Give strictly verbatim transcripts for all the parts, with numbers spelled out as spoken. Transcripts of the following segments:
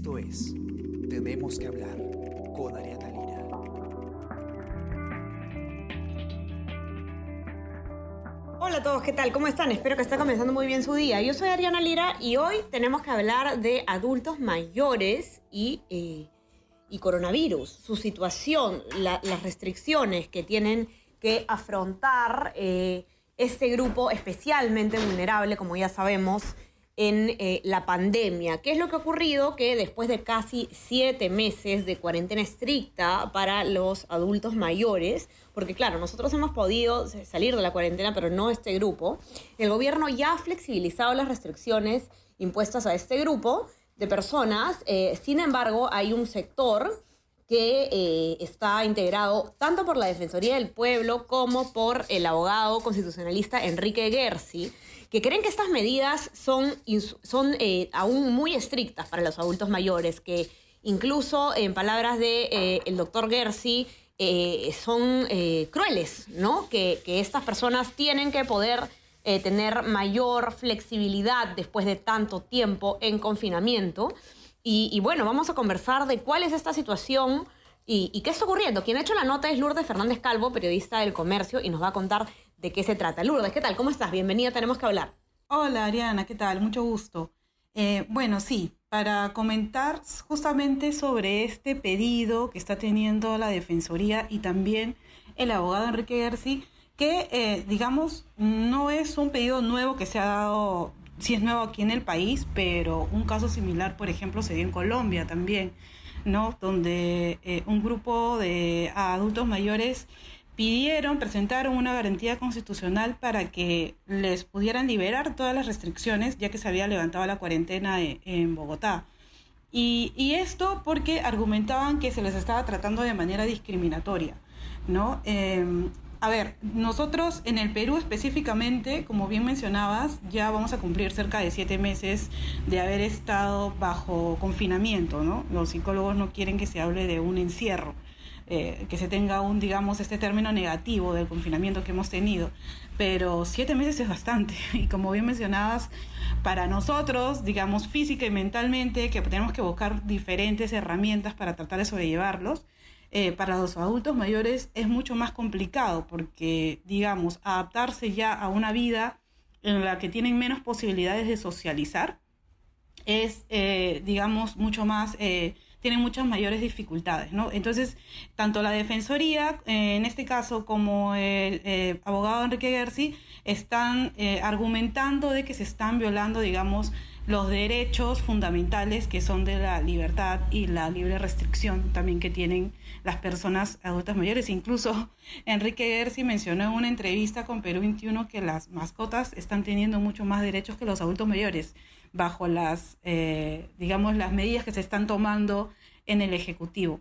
Esto es Tenemos que hablar con Ariana Lira. Hola a todos, ¿qué tal? ¿Cómo están? Espero que esté comenzando muy bien su día. Yo soy Ariana Lira y hoy tenemos que hablar de adultos mayores y, eh, y coronavirus, su situación, la, las restricciones que tienen que afrontar eh, este grupo especialmente vulnerable, como ya sabemos, en eh, la pandemia. ¿Qué es lo que ha ocurrido? Que después de casi siete meses de cuarentena estricta para los adultos mayores, porque claro, nosotros hemos podido salir de la cuarentena, pero no este grupo, el gobierno ya ha flexibilizado las restricciones impuestas a este grupo de personas. Eh, sin embargo, hay un sector que eh, está integrado tanto por la Defensoría del Pueblo como por el abogado constitucionalista Enrique Guerci, que creen que estas medidas son, son eh, aún muy estrictas para los adultos mayores, que incluso en palabras de eh, el doctor Guerci eh, son eh, crueles, ¿no? Que, que estas personas tienen que poder eh, tener mayor flexibilidad después de tanto tiempo en confinamiento. Y, y bueno, vamos a conversar de cuál es esta situación y, y qué está ocurriendo. Quien ha hecho la nota es Lourdes Fernández Calvo, periodista del Comercio, y nos va a contar de qué se trata. Lourdes, ¿qué tal? ¿Cómo estás? Bienvenida, tenemos que hablar. Hola Ariana, ¿qué tal? Mucho gusto. Eh, bueno, sí, para comentar justamente sobre este pedido que está teniendo la Defensoría y también el abogado Enrique Guerci, que eh, digamos no es un pedido nuevo que se ha dado, sí es nuevo aquí en el país, pero un caso similar, por ejemplo, se dio en Colombia también, ¿no? Donde eh, un grupo de adultos mayores pidieron, presentaron una garantía constitucional para que les pudieran liberar todas las restricciones, ya que se había levantado la cuarentena en, en Bogotá. Y, y esto porque argumentaban que se les estaba tratando de manera discriminatoria, ¿no? Eh, a ver, nosotros en el Perú específicamente, como bien mencionabas, ya vamos a cumplir cerca de siete meses de haber estado bajo confinamiento, ¿no? Los psicólogos no quieren que se hable de un encierro. Eh, que se tenga un, digamos, este término negativo del confinamiento que hemos tenido, pero siete meses es bastante, y como bien mencionabas, para nosotros, digamos, física y mentalmente, que tenemos que buscar diferentes herramientas para tratar de sobrellevarlos, eh, para los adultos mayores es mucho más complicado, porque, digamos, adaptarse ya a una vida en la que tienen menos posibilidades de socializar es, eh, digamos, mucho más... Eh, tienen muchas mayores dificultades, ¿no? Entonces, tanto la Defensoría, eh, en este caso, como el eh, abogado Enrique Guerci, están eh, argumentando de que se están violando, digamos, los derechos fundamentales que son de la libertad y la libre restricción también que tienen las personas adultas mayores. Incluso Enrique Guerci mencionó en una entrevista con Perú veintiuno que las mascotas están teniendo mucho más derechos que los adultos mayores bajo las, eh, digamos, las medidas que se están tomando en el Ejecutivo.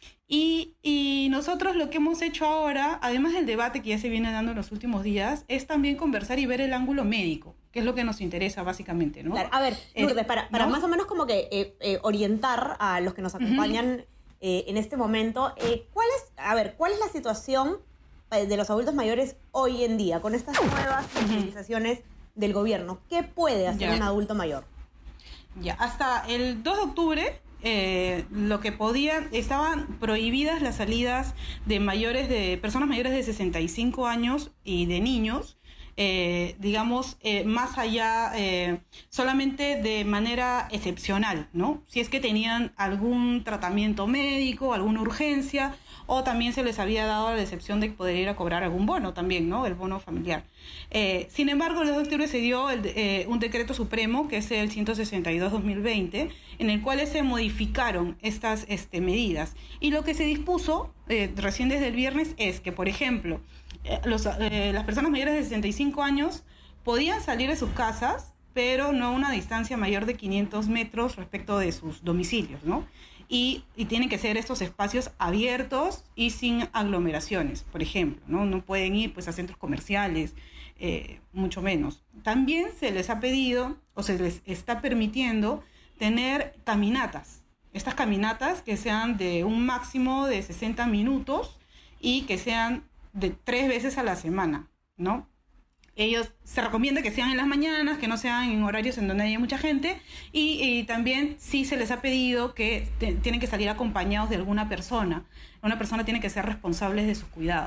Y, y nosotros lo que hemos hecho ahora, además del debate que ya se viene dando en los últimos días, es también conversar y ver el ángulo médico, que es lo que nos interesa básicamente, ¿no? Claro. A ver, Lourdes, para, para ¿no? más o menos como que eh, eh, orientar a los que nos acompañan uh-huh. eh, en este momento, eh, ¿cuál es, a ver, cuál es la situación de los adultos mayores hoy en día con estas nuevas flexibilizaciones uh-huh. del gobierno? ¿Qué puede hacer ya. un adulto mayor? Ya, hasta el dos de octubre... Eh, lo que podían, estaban prohibidas las salidas de mayores de personas mayores de sesenta y cinco años y de niños, eh, digamos, eh, más allá, eh, solamente de manera excepcional, ¿no? Si es que tenían algún tratamiento médico, alguna urgencia, o también se les había dado la excepción de poder ir a cobrar algún bono también, ¿no? El bono familiar. Eh, sin embargo, el dos de octubre se dio el, eh, un decreto supremo, que es el ciento sesenta y dos guion dos mil veinte, en el cual se modificaron estas este, medidas. Y lo que se dispuso eh, recién desde el viernes es que, por ejemplo, eh, los, eh, las personas mayores de sesenta y cinco años podían salir de sus casas, pero no a una distancia mayor de quinientos metros respecto de sus domicilios, ¿no? Y, y tienen que ser estos espacios abiertos y sin aglomeraciones, por ejemplo, ¿no? No pueden ir pues a centros comerciales, eh, mucho menos. También se les ha pedido, o se les está permitiendo, tener caminatas. Estas caminatas que sean de un máximo de sesenta minutos y que sean de tres veces a la semana, ¿no? ellos se recomienda que sean en las mañanas, que no sean en horarios en donde haya mucha gente, y, y también sí se les ha pedido que te, tienen que salir acompañados de alguna persona. Una persona tiene que ser responsable de sus cuidados.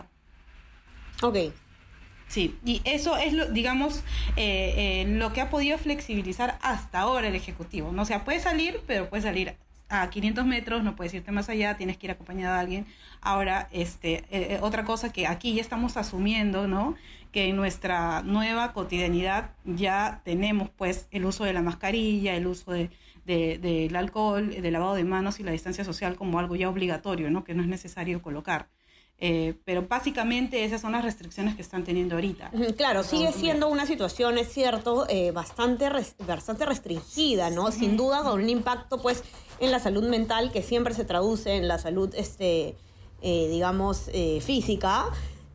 Ok. Sí, y eso es, lo, digamos, eh, eh, lo que ha podido flexibilizar hasta ahora el Ejecutivo, ¿no? O sea, puedes salir, pero puedes salir a quinientos metros, no puedes irte más allá, tienes que ir acompañado de alguien. Ahora, este, eh, otra cosa que aquí ya estamos asumiendo, ¿no? Que en nuestra nueva cotidianidad ya tenemos, pues, el uso de la mascarilla, el uso de, de, del alcohol, del lavado de manos y la distancia social como algo ya obligatorio, ¿no? Que no es necesario colocar. Eh, pero básicamente esas son las restricciones que están teniendo ahorita. Claro, sigue siendo una situación, es cierto, eh, bastante, res, bastante restringida, ¿no? Sin duda con un impacto, pues, en la salud mental que siempre se traduce en la salud, este, eh, digamos, eh, física,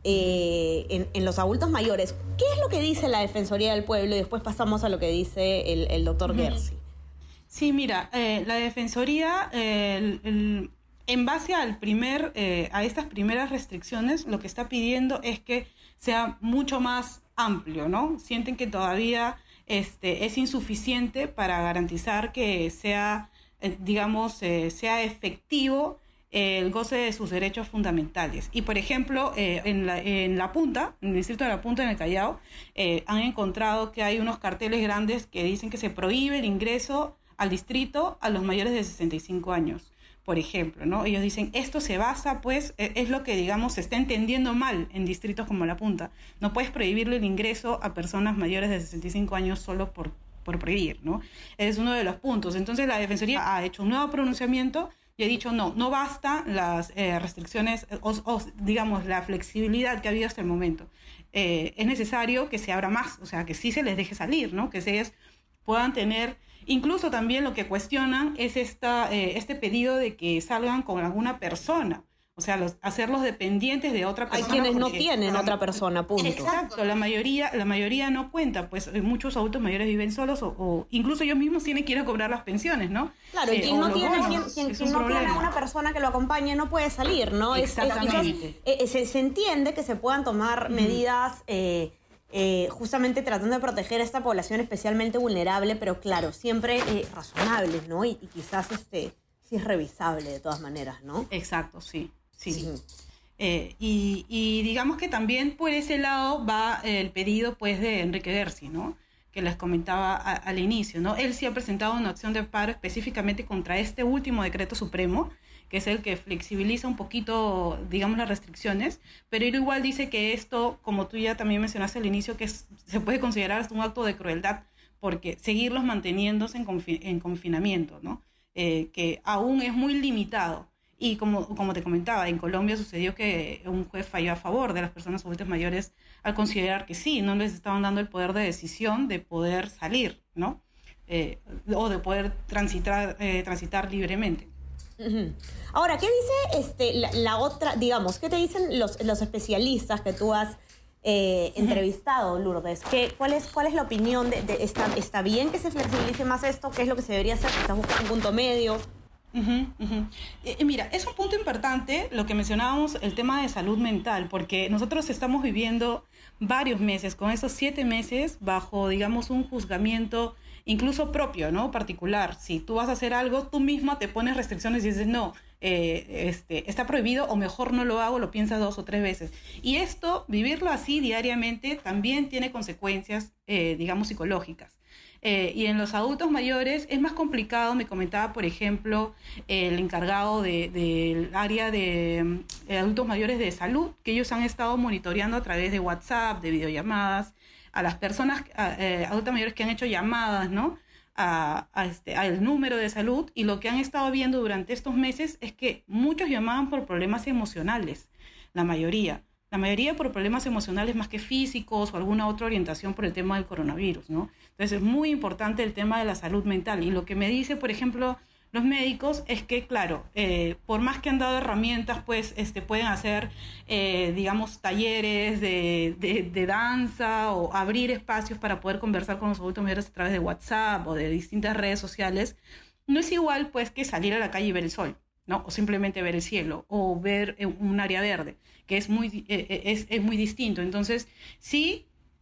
eh, en, en los adultos mayores. ¿Qué es lo que dice la Defensoría del Pueblo? Y después pasamos a lo que dice el, el doctor Gersi. Sí, mira, eh, la Defensoría... Eh, el, el, En base al primer, eh, a estas primeras restricciones, lo que está pidiendo es que sea mucho más amplio, ¿no? Sienten que todavía este, es insuficiente para garantizar que sea, eh, digamos, eh, sea efectivo eh, el goce de sus derechos fundamentales. Y, por ejemplo, eh, en, la, en La Punta, en el distrito de La Punta, en el Callao, eh, han encontrado que hay unos carteles grandes que dicen que se prohíbe el ingreso al distrito a los mayores de sesenta y cinco años. Por ejemplo, ¿no? Ellos dicen, esto se basa, pues, es lo que, digamos, se está entendiendo mal en distritos como La Punta. No puedes prohibirle el ingreso a personas mayores de sesenta y cinco años solo por, por prohibir, ¿no? Es uno de los puntos. Entonces, la Defensoría ha hecho un nuevo pronunciamiento y ha dicho, no, no basta las eh, restricciones o, o, digamos, la flexibilidad que ha habido hasta el momento. Eh, es necesario que se abra más, o sea, que sí se les deje salir, ¿no? Que ellos puedan tener... Incluso también lo que cuestionan es esta, eh, este pedido de que salgan con alguna persona, o sea, los, hacerlos dependientes de otra persona. Hay quienes no tienen la, otra persona, punto. Exacto, la mayoría, la mayoría no cuenta, pues muchos adultos mayores viven solos o, o incluso ellos mismos tienen que ir a cobrar las pensiones, ¿no? Claro, y quien eh, no, tiene, bonos, quien, quien, quien no tiene una persona que lo acompañe no puede salir, ¿no? Exactamente. Es, es, es, se, se entiende que se puedan tomar mm. medidas... Eh, Eh, justamente tratando de proteger a esta población especialmente vulnerable, pero claro, siempre eh, razonables, ¿no? Y, y quizás este sí es revisable de todas maneras, ¿no? Exacto, sí, sí. sí. Eh, y, y digamos que también por ese lado va el pedido, pues, de Enrique Gersi, ¿no? Que les comentaba a, al inicio, ¿no? Él sí ha presentado una acción de paro específicamente contra este último decreto supremo, que es el que flexibiliza un poquito, digamos, las restricciones, pero él igual dice que esto, como tú ya también mencionaste al inicio, que es, se puede considerar hasta un acto de crueldad, porque seguirlos manteniéndose en, confi- en confinamiento, ¿no? Eh, que aún es muy limitado. Y como, como te comentaba, en Colombia sucedió que un juez falló a favor de las personas adultas mayores al considerar que sí, no les estaban dando el poder de decisión de poder salir, ¿no? Eh, o de poder transitar, eh, transitar libremente. Uh-huh. Ahora, ¿qué dice este, la, la otra, digamos, qué te dicen los, los especialistas que tú has eh, entrevistado, Lourdes? ¿Qué, cuál, es, ¿Cuál es la opinión de, de está, está bien que se flexibilice más esto? ¿Qué es lo que se debería hacer? ¿Estás buscando un punto medio? Uh-huh, uh-huh. Eh, mira, es un punto importante lo que mencionábamos, el tema de salud mental, porque nosotros estamos viviendo varios meses, con esos siete meses, bajo, digamos, un juzgamiento incluso propio, ¿no? Particular. Si tú vas a hacer algo, tú misma te pones restricciones y dices, no, eh, este, está prohibido o mejor no lo hago, lo piensas dos o tres veces. Y esto, vivirlo así diariamente, también tiene consecuencias, eh, digamos, psicológicas. Eh, y en los adultos mayores es más complicado. Me comentaba, por ejemplo, el encargado del de, de área de eh, adultos mayores de salud, que ellos han estado monitoreando a través de WhatsApp, de videollamadas, a las personas a, eh, adultas mayores que han hecho llamadas, ¿no? A, a este, al número de salud, y lo que han estado viendo durante estos meses es que muchos llamaban por problemas emocionales, la mayoría. La mayoría por problemas emocionales más que físicos o alguna otra orientación por el tema del coronavirus, ¿no? Entonces es muy importante el tema de la salud mental. Y lo que me dice, por ejemplo, los médicos es que, claro, eh, por más que han dado herramientas, pues este, pueden hacer, eh, digamos, talleres de, de, de danza o abrir espacios para poder conversar con los adultos mayores a través de WhatsApp o de distintas redes sociales. No es igual, pues, que salir a la calle y ver el sol, ¿no? O simplemente ver el cielo o ver un área verde, que es muy, eh, es, es muy distinto. Entonces, sí,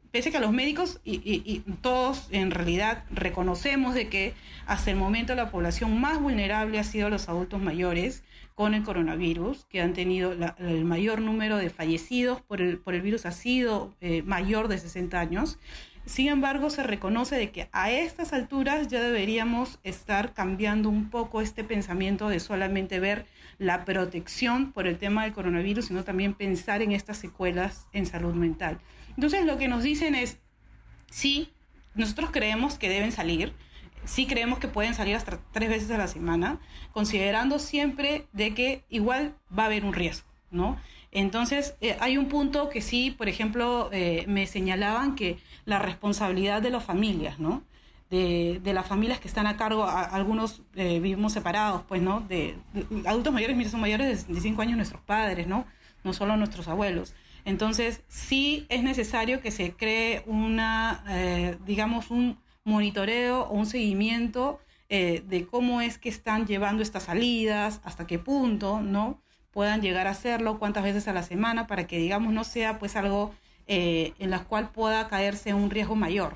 pese a que los médicos y, y, y todos en realidad reconocemos de que hasta el momento la población más vulnerable ha sido los adultos mayores con el coronavirus, que han tenido la, el mayor número de fallecidos por el, por el virus ha sido eh, mayor de sesenta años. Sin embargo, se reconoce de que a estas alturas ya deberíamos estar cambiando un poco este pensamiento de solamente ver la protección por el tema del coronavirus, sino también pensar en estas secuelas en salud mental. Entonces, lo que nos dicen es, sí, nosotros creemos que deben salir, sí creemos que pueden salir hasta tres veces a la semana, considerando siempre de que igual va a haber un riesgo, ¿no? Entonces, eh, hay un punto que sí, por ejemplo, eh, me señalaban que la responsabilidad de las familias, ¿no? De, de las familias que están a cargo, a, algunos eh, vivimos separados, pues, ¿no? De, de adultos mayores, mira, son mayores de sesenta y cinco años nuestros padres, ¿no? No solo nuestros abuelos. Entonces, sí es necesario que se cree una, eh, digamos, un monitoreo o un seguimiento eh, de cómo es que están llevando estas salidas, hasta qué punto, ¿no? Puedan llegar a hacerlo, cuántas veces a la semana, para que, digamos, no sea pues algo eh, en la cual pueda caerse un riesgo mayor.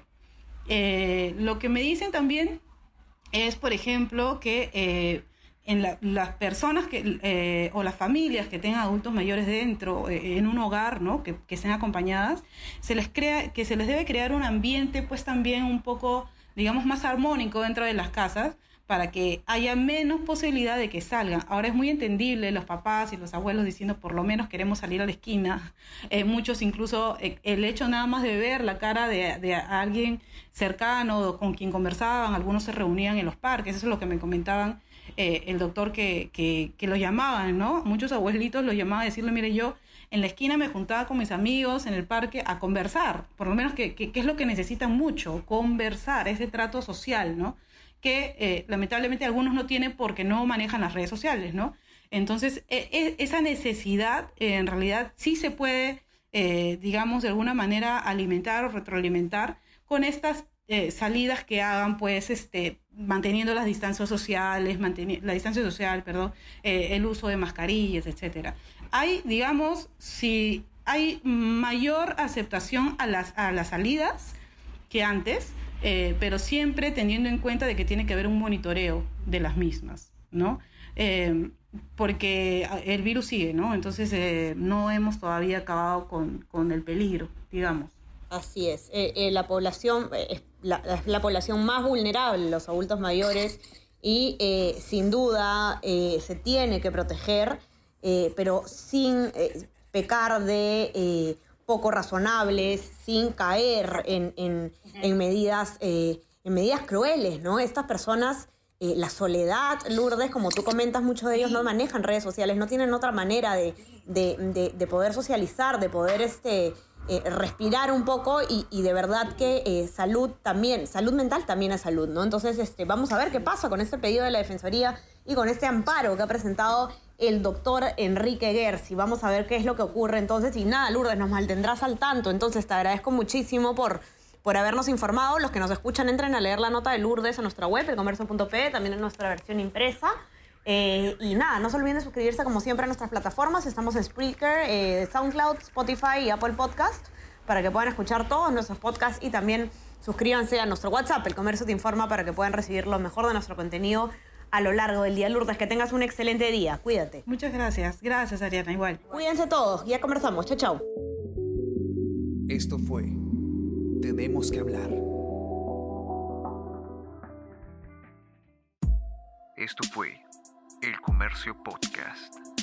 Eh, lo que me dicen también es, por ejemplo, que eh, en la, las personas que, eh, o las familias que tengan adultos mayores dentro, eh, en un hogar, ¿no? que, que estén acompañadas, se les crea, que se les debe crear un ambiente pues también un poco, digamos, más armónico dentro de las casas, para que haya menos posibilidad de que salgan. Ahora es muy entendible los papás y los abuelos diciendo por lo menos queremos salir a la esquina. Eh, muchos incluso eh, el hecho nada más de ver la cara de, de alguien cercano con quien conversaban, algunos se reunían en los parques, eso es lo que me comentaban eh, el doctor que, que, que los llamaban, ¿no? Muchos abuelitos los llamaban a decirle, mire, yo en la esquina me juntaba con mis amigos en el parque a conversar, por lo menos que, que, que es lo que necesitan mucho, conversar, ese trato social, ¿no? que eh, lamentablemente algunos no tienen porque no manejan las redes sociales, ¿no? Entonces, eh, esa necesidad eh, en realidad sí se puede, eh, digamos, de alguna manera alimentar o retroalimentar con estas eh, salidas que hagan, pues, este, manteniendo las distancias sociales, manteni- la distancia social, perdón, eh, el uso de mascarillas, etcétera. Hay, digamos, si hay mayor aceptación a las, a las salidas que antes, Eh, pero siempre teniendo en cuenta de que tiene que haber un monitoreo de las mismas, ¿no? Eh, porque el virus sigue, ¿no? Entonces eh, no hemos todavía acabado con, con el peligro, digamos. Así es. Eh, eh, la población eh, es la, la población más vulnerable, los adultos mayores, y eh, sin duda eh, se tiene que proteger, eh, pero sin eh, pecar de Eh, poco razonables, sin caer en, en, en, medidas, eh, en medidas crueles, ¿no? Estas personas, eh, la soledad, Lourdes, como tú comentas, muchos de ellos no manejan redes sociales, no tienen otra manera de, de, de, de poder socializar, de poder este, eh, respirar un poco y, y de verdad que eh, salud también, salud mental también es salud, ¿no? Entonces, este, vamos a ver qué pasa con este pedido de la Defensoría y con este amparo que ha presentado el doctor Enrique Gersi. Vamos a ver qué es lo que ocurre entonces. Y nada, Lourdes, nos mantendrás al tanto. Entonces te agradezco muchísimo por, por habernos informado. Los que nos escuchan, entren a leer la nota de Lourdes en nuestra web, elcomercio punto pe, también en nuestra versión impresa. Eh, y nada, no se olviden de suscribirse como siempre a nuestras plataformas. Estamos en Spreaker, eh, SoundCloud, Spotify y Apple Podcast para que puedan escuchar todos nuestros podcasts y también suscríbanse a nuestro WhatsApp, El Comercio Te Informa, para que puedan recibir lo mejor de nuestro contenido a lo largo del día. Lourdes, que tengas un excelente día. Cuídate. Muchas gracias. Gracias, Ariana. Igual. Cuídense todos. Ya conversamos. Chao, chao. Esto fue Tenemos que hablar. Esto fue El Comercio Podcast.